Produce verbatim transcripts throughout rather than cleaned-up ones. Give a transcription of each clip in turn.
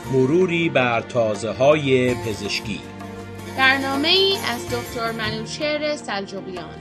مروری بر تازه‌های پزشکی. برنامه ای از دکتر منوچهر سلجوقیان.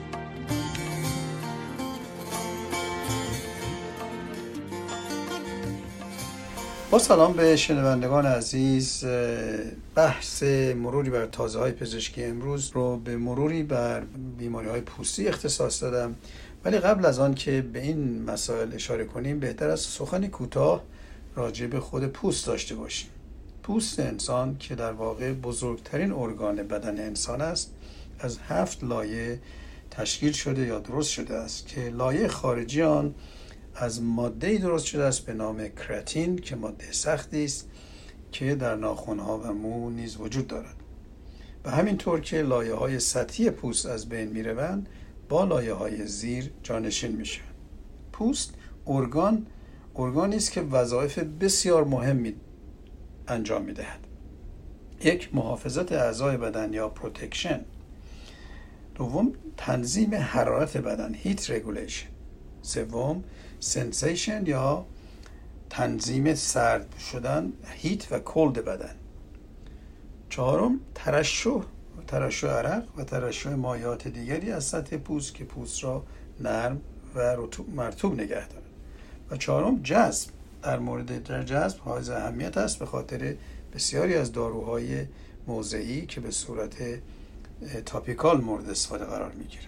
با سلام به شنوندگان عزیز، بحث مروری بر تازه‌های پزشکی امروز رو به مروری بر بیماری‌های پوستی اختصاص دادم. ولی قبل از آن که به این مسائل اشاره کنیم بهتر است سخنی کوتاه راجع به خود پوست داشته باشیم. پوست انسان که در واقع بزرگترین ارگان بدن انسان است، از هفت لایه تشکیل شده یا درست شده است که لایه خارجی آن از ماده‌ای درست شده است به نام کراتین که ماده سختی است که در ناخن‌ها و مو نیز وجود دارد. و همینطور که لایه‌های سطحی پوست از بین می‌روند، با لایه‌های زیر جانشین میشن. پوست ارگان ارگانی است که وظایف بسیار مهمی انجام میدهد. یک، محافظت اعضای بدن یا پروتکشن. دوم، تنظیم حرارت بدن هیت رگولیشن. سوم، سنسیشن یا تنظیم سرد شدن هیت و کولد بدن. چهارم، ترشح ترشح عرق و ترشح مایعات دیگری از سطح پوست که پوست را نرم و مرطوب نگه دارد. و چهارم، جذب. در مورد جذب حائز اهمیت است به خاطر بسیاری از داروهای موضعی که به صورت تاپیکال مورد استفاده قرار میگیره.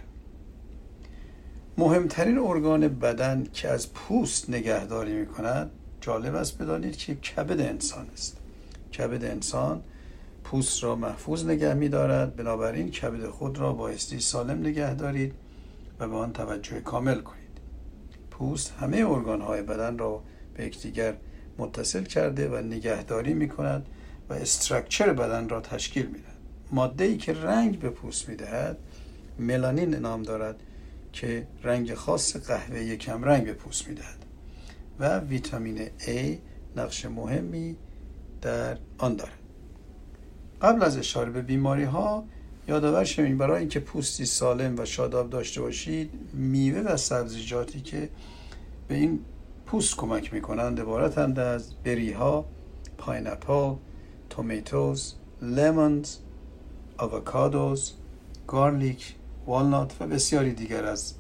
مهمترین ارگان بدن که از پوست نگهداری میکند، جالب است بدانید که کبد انسان است. کبد انسان پوست را محفوظ نگه می‌دارد، بنابراین کبد خود را بایستی سالم نگه دارید و به آن توجه کامل کنید. پوست همه ارگان‌های بدن را به یکدیگر متصل کرده و نگهداری می‌کند و استراکچر بدن را تشکیل می‌دهد. ماده‌ای که رنگ به پوست می‌دهد ملانین نام دارد که رنگ خاص قهوه‌ای کم رنگ به پوست می‌دهد و ویتامین A نقش مهمی در آن دارد. قبل از اشاره به بیماری ها یادآور شوید برای اینکه پوستی سالم و شاداب داشته باشید، میوه و سبزیجاتی که به این پوست کمک میکنند عبارتند از بری ها، پایناپل، تومیتوز، لیمونز، آووکادوز، گارلیک، والنات و بسیاری دیگر از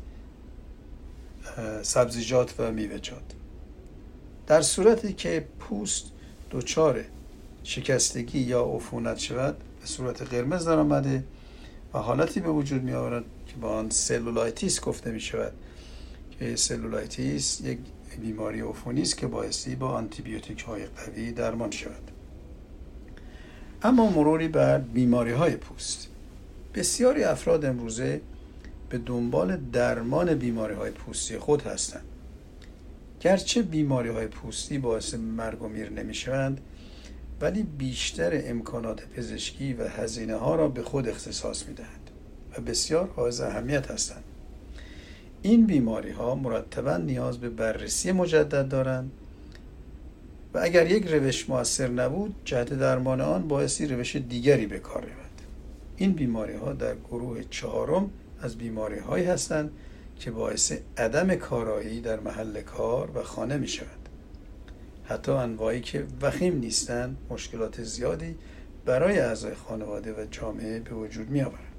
سبزیجات و میوه‌جات. در صورتی که پوست دچار شکستگی یا عفونت شود، به صورت قرمز در آمده و حالتی به وجود می آورد که با آن سلولایتیس گفته می شود که سلولایتیس یک بیماری عفونی است که بایستی با آنتی بیوتیک های قوی درمان شود. اما مروری بر بیماری های پوست. بسیاری افراد امروزه به دنبال درمان بیماری های پوستی خود هستند. گرچه بیماری های پوستی باعث مرگ و میر نمی شوند، ولی بیشتر امکانات پزشکی و هزینه ها را به خود اختصاص می دهند و بسیار حائز اهمیت هستند. این بیماری ها مرتباً نیاز به بررسی مجدد دارند و اگر یک روش مؤثر نبود، جهت درمان آن بایستی روش دیگری به کار رود. این بیماری ها در گروه چهارم از بیماری هایی هستند که باعث عدم کارایی در محل کار و خانه می شود. حتی انواعی که وخیم نیستند مشکلات زیادی برای اعضای خانواده و جامعه به وجود می آورند.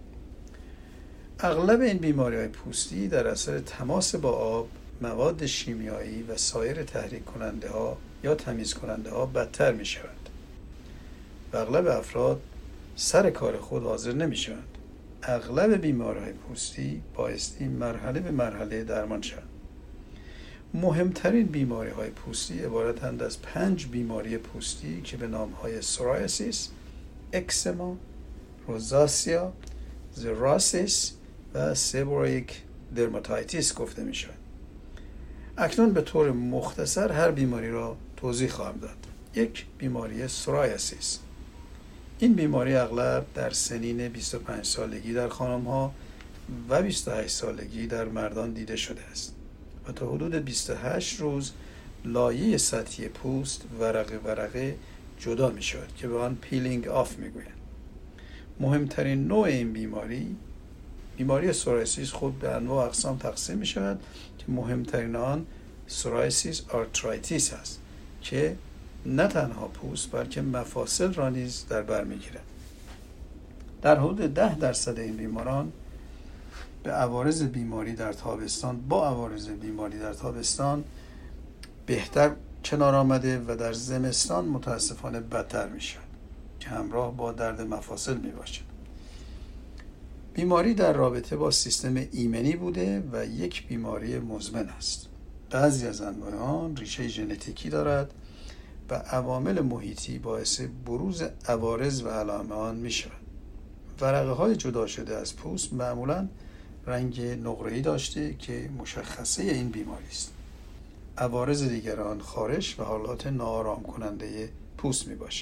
اغلب این بیماری‌های پوستی در اثر تماس با آب، مواد شیمیایی و سایر تحریک کننده ها یا تمیز کننده ها بدتر می شوند. و اغلب افراد سر کار خود حاضر نمی شوند. اغلب بیماری‌های پوستی بایستی مرحله به مرحله درمان شوند. مهمترین بیماری های پوستی عبارتند از پنج بیماری پوستی که به نام های سورایسیس، اکسما، روزاسیا، زراسیس و سبوریک درماتایتیس گفته می شود. اکنون به طور مختصر هر بیماری را توضیح خواهم داد. یک، بیماری سورایسیس. این بیماری اغلب در سنین بیست و پنج سالگی در خانم ها و بیست و هشت سالگی در مردان دیده شده است و تا حدود بیست و هشت روز لایه سطحی پوست ورقه ورقه جدا می شود که به آن پیلینگ آف می گویند. مهمترین نوع این بیماری بیماری سورایسیس خود به انواع اقسام تقسیم می شود که مهمترین آن سورایسیس آرترایتیس است که نه تنها پوست بلکه مفاصل را نیز در بر میگیرد. در حدود ده درصد این بیماران به عوارض بیماری در تابستان با عوارض بیماری در تابستان بهتر کنار آمده و در زمستان متاسفانه بدتر می شود که همراه با درد مفاصل می باشد. بیماری در رابطه با سیستم ایمنی بوده و یک بیماری مزمن است. بعضی از انواع آن ریشه ژنتیکی دارد و عوامل محیطی باعث بروز عوارض و علائم آن می شود. ورقه های جدا شده از پوست معمولاً رنگ نقره‌ای داشته که مشخصه این بیماری است. عوارض دیگر آن خارش و حالات ناآرام کننده پوست می باشد.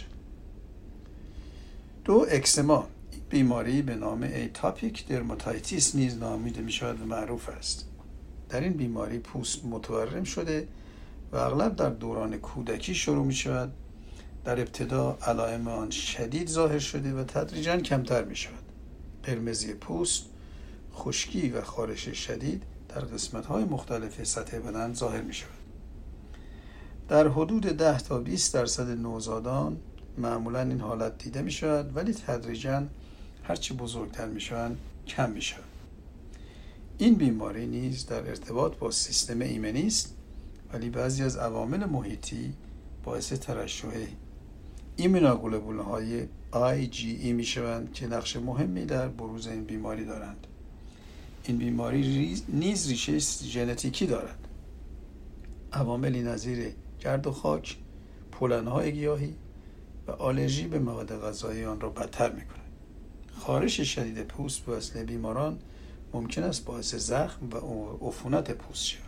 دو، اکسما. این بیماری به نام ایتاپیک درماتایتیس نیز نامیده می شود و معروف است. در این بیماری پوست متورم شده و اغلب در دوران کودکی شروع می شود. در ابتدا علائم آن شدید ظاهر شده و تدریجاً کمتر می شود. قرمزی پوست، خشکی و خارش شدید در قسمت‌های مختلف سطح بدن ظاهر می شود. در حدود ده تا بیست درصد نوزادان معمولاً این حالت دیده می شود ولی تدریجاً هرچی بزرگتر می شوند کم می شود. این بیماری نیز در ارتباط با سیستم ایمنی است ولی بعضی از عوامل محیطی باعث ترشح ایمونوگلوبولین‌های آی جی ای می شوند که نقش مهمی در بروز این بیماری دارند. این بیماری نیز ریشه ژنتیکی دارد. عواملی نظیر گرد و خاک، پولن‌های گیاهی و آلرژی به مواد غذایی آن را بدتر می‌کند. خارش شدید پوست به وسیله بیماران ممکن است باعث زخم و عفونت پوست شود.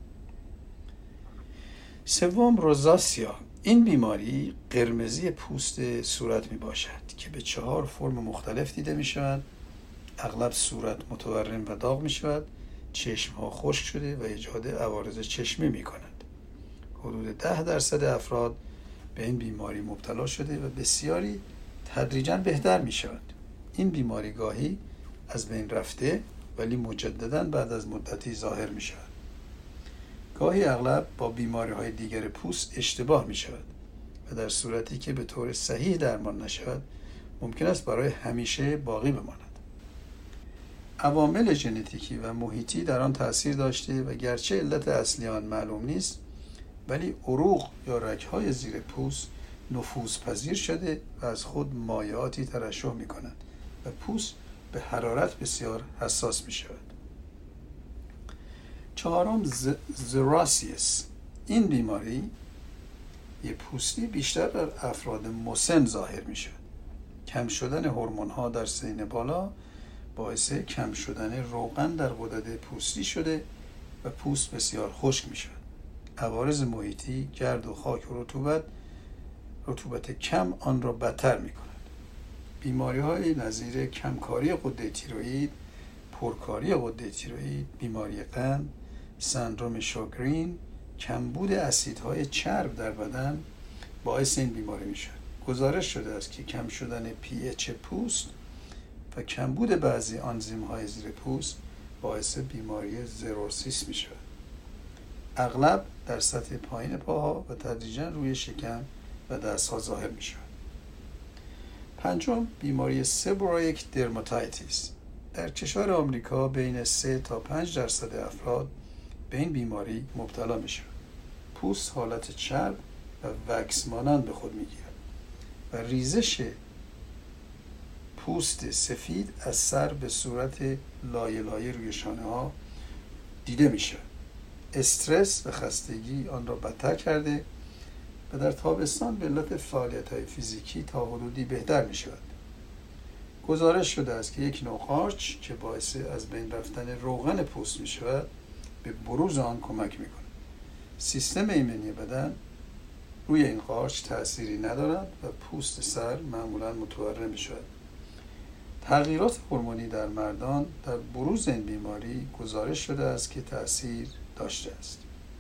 سوم، روزاسیا. این بیماری قرمزی پوست صورت میباشد که به چهار فرم مختلف دیده می شود. اغلب صورت متورم و داغ می شود، چشم ها خشک شده و ایجاد عوارض چشمی می کند. حدود ده درصد افراد به این بیماری مبتلا شده و بسیاری تدریجاً بهتر می شود. این بیماری گاهی از بین رفته ولی مجدداً بعد از مدتی ظاهر می شود. گاهی اغلب با بیماری های دیگر پوست اشتباه می شود و در صورتی که به طور صحیح درمان نشود ممکن است برای همیشه باقی بماند. عوامل ژنتیکی و محیطی در آن تأثیر داشته و گرچه علت اصلی آن معلوم نیست ولی عروق یا رگ‌های زیر پوست نفوذپذیر شده و از خود مایعاتی ترشح می کنند و پوست به حرارت بسیار حساس می شود. چهارم، زراسیس. این بیماری یه پوستی بیشتر در افراد مسن ظاهر می شود. کم شدن هورمون ها در سن بالا باعث کم شدن روغن در غدد پوستی شده و پوست بسیار خشک می شود. عوارض محیطی، گرد و خاک و رطوبت رطوبت کم آن را بدتر می کند. بیماری های نظیر کمکاری غده تیروئید، پرکاری غده تیروئید، بیماری قند، سندروم شوگرین، کمبود اسیدهای چرب در بدن باعث این بیماری می شود. گزارش شده است که کم شدن پی اچ پوست و کمبود بعضی آنزیم های زیر پوست باعث بیماری زروسیس می شود. اغلب در سطح پایین پاها و تدریجاً روی شکم و دستها ظاهر می شود. پنجم، بیماری سبوریک درماتایتیس. در کشور آمریکا بین سه تا پنج درصد افراد به این بیماری مبتلا می شود. پوست حالت چرب و وکس مانند به خود می گیرد و ریزش پوست سفید از سر به صورت لایه لایه روی شانه ها دیده می شود. استرس و خستگی آن را بدتر کرده و در تابستان به علت فعالیت‌های فیزیکی تا حدودی بهتر می شود. گزارش شده است که یک نوع قارچ که باعث از بین رفتن روغن پوست می شود به بروز آن کمک می کند. سیستم ایمنی بدن روی این قارچ تأثیری ندارد و پوست سر معمولاً متورم می شود. تغییرات هورمونی در مردان در بروز این بیماری گزارش شده است که تأثیر داشته است.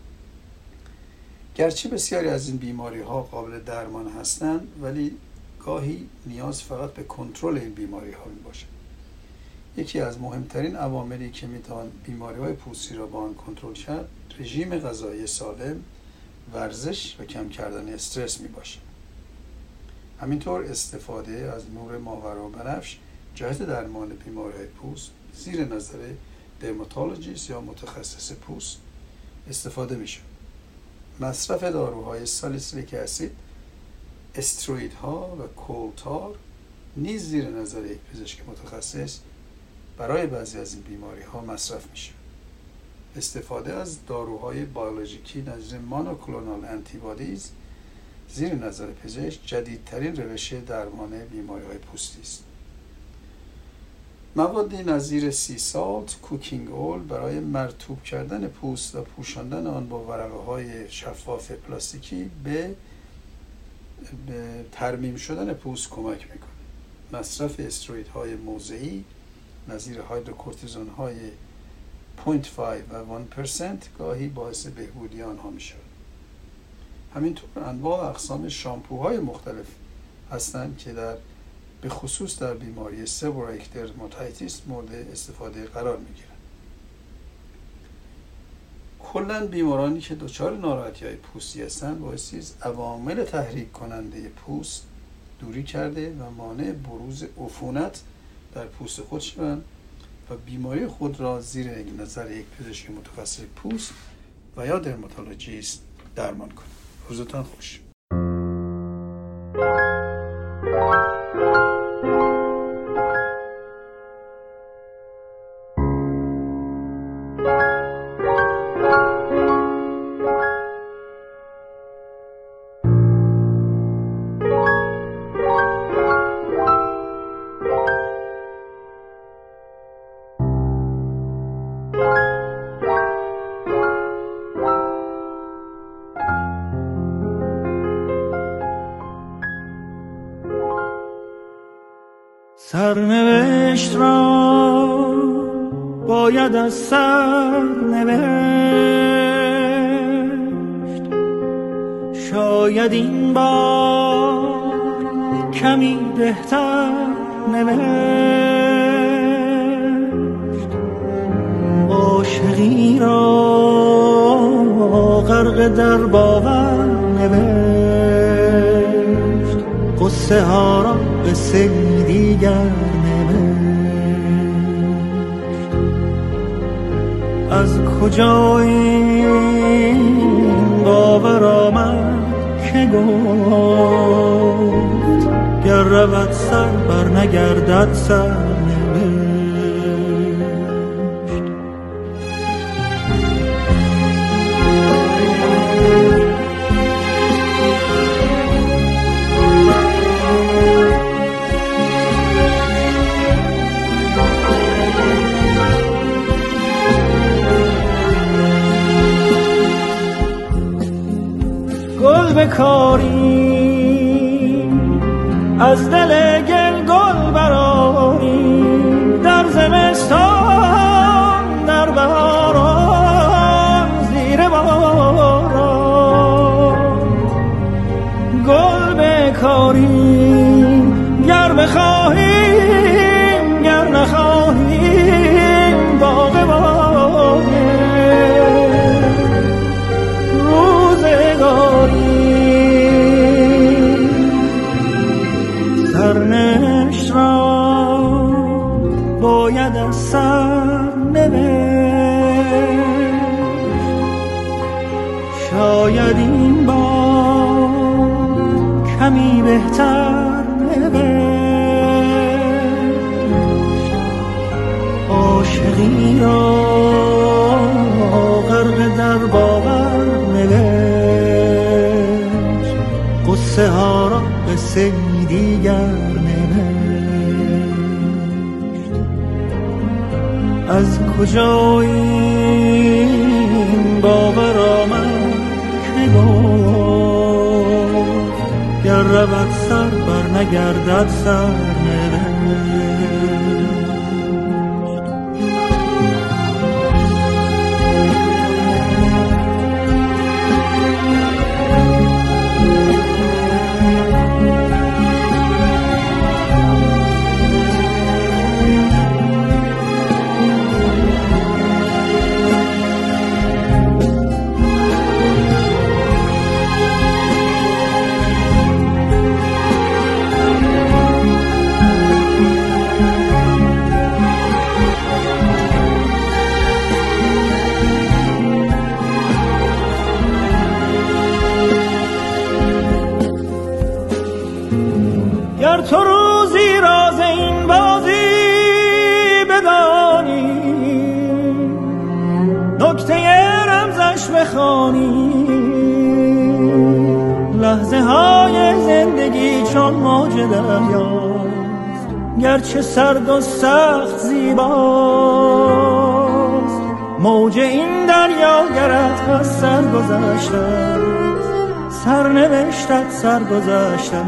گرچه بسیاری از این بیماری ها قابل درمان هستند ولی گاهی نیاز فقط به کنترل این بیماری ها می باشد. یکی از مهمترین عواملی که می توان بیماری های پوستی را با آن کنترل کرد رژیم غذایی سالم ورزش و کم کردن استرس می باشه. همینطور استفاده از نور ماورا و بنفش جهت درمان بیماری‌های پوست زیر نظر درماتولوژیست یا متخصص پوست استفاده میشه. مصرف داروهای سالیسیلیک اسید، استروئیدها و کولتار نیز زیر نظر یک پزشک متخصص برای بعضی از این بیماری‌ها مصرف میشه. استفاده از داروهای بیولوژیکی نظیر مانوکلونال انتیبادیز زیر نظر پزشک جدیدترین روش درمان بیماری‌های پوستی است. موادی نظیر سی سالت، کوکینگ اول برای مرطوب کردن پوست و پوشاندن آن با ورقه‌های شفاف پلاستیکی به, به ترمیم شدن پوست کمک میکنه. مصرف استروئیدهای موضعی نظیر هایدروکورتیزون‌های صفر ممیز پنج و یک درصد گاهی باعث بهبودی آنها میشه. همینطور انواع اقسام شامپوهای مختلف هستند که در به خصوص در بیماری سبوریک درماتیتیس مورد استفاده قرار میگیرند. کلاً بیمارانی که دچار ناراحتی‌های پوستی هستند بایستی از عوامل تحریک کننده پوست دوری کرده و مانع بروز عفونت در پوست خود شوند و بیماری خود را زیر نظر یک پزشک متخصص پوست و یا درماتولوژیست درمان کنند. روزتان خوش. سرنوشت را باید از سر نوشت، شاید این بار کمی بهتر نوشت. عاشقی را غرق در باور نوشت، قصه ها را قصه دیگر نوشت. از کجا این باور آمد که گفت گر رود سر بر نگردد سر نوشت. بکاری از دل گل گل براری، در زمستان در بهاران زیر باران. گل بکاری گر بخواهیم گر نخواهیم باغ باغه روزگاری. سرنوشت را باید از سر نوشت، شاید این بار کمی بهتر نوشت. عاشقی را غرق در باور نوشت، قصه ها را قصه دیگر نوشت. از کجا این باور آمد که گفت گر رود سر بر نگردد سر نوشت. گر تو روزی راز این بازی بدانی، نکته رمزش بخوانی، لحظه های زندگی چون موج دریاست، گرچه سرد و سخت زیباست. موج این دریا گرت از سر گذشته، سرنوشتت سر گذشته.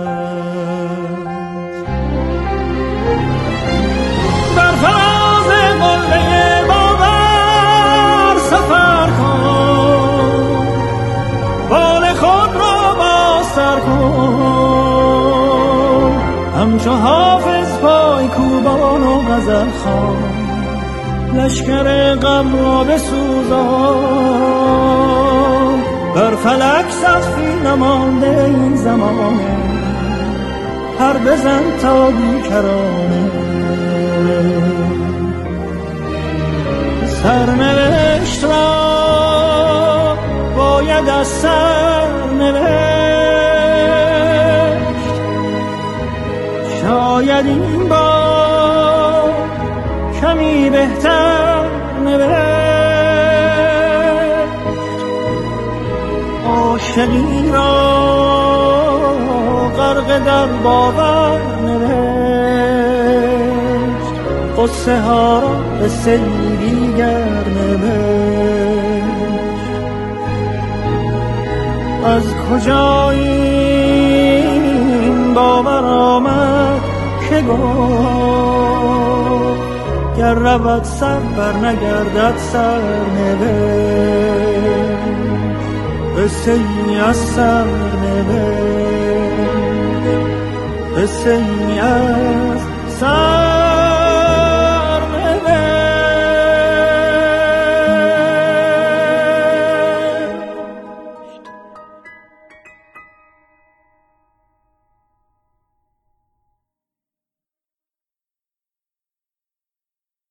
در فراز قله باور سفر کن، بال خود را باستر کن، همچو حافظ پای کوبان و غزل خوان، لشکر غم را بسوزان. بر فلک سقفی نمانده این زمانه، پر بزن تا بیکرانه. سرنوشت را باید از سر نوشت، شاید این بار کمی بهتر نوشت. عاشقی را غرق در باور نوشت، قصه ها را به سری دیگر نوشت. از کجا این باور آمد که گفت، گر رود سر بر نگردد سر نوشت. قصه ای از سر نوشت، قصه ای از سر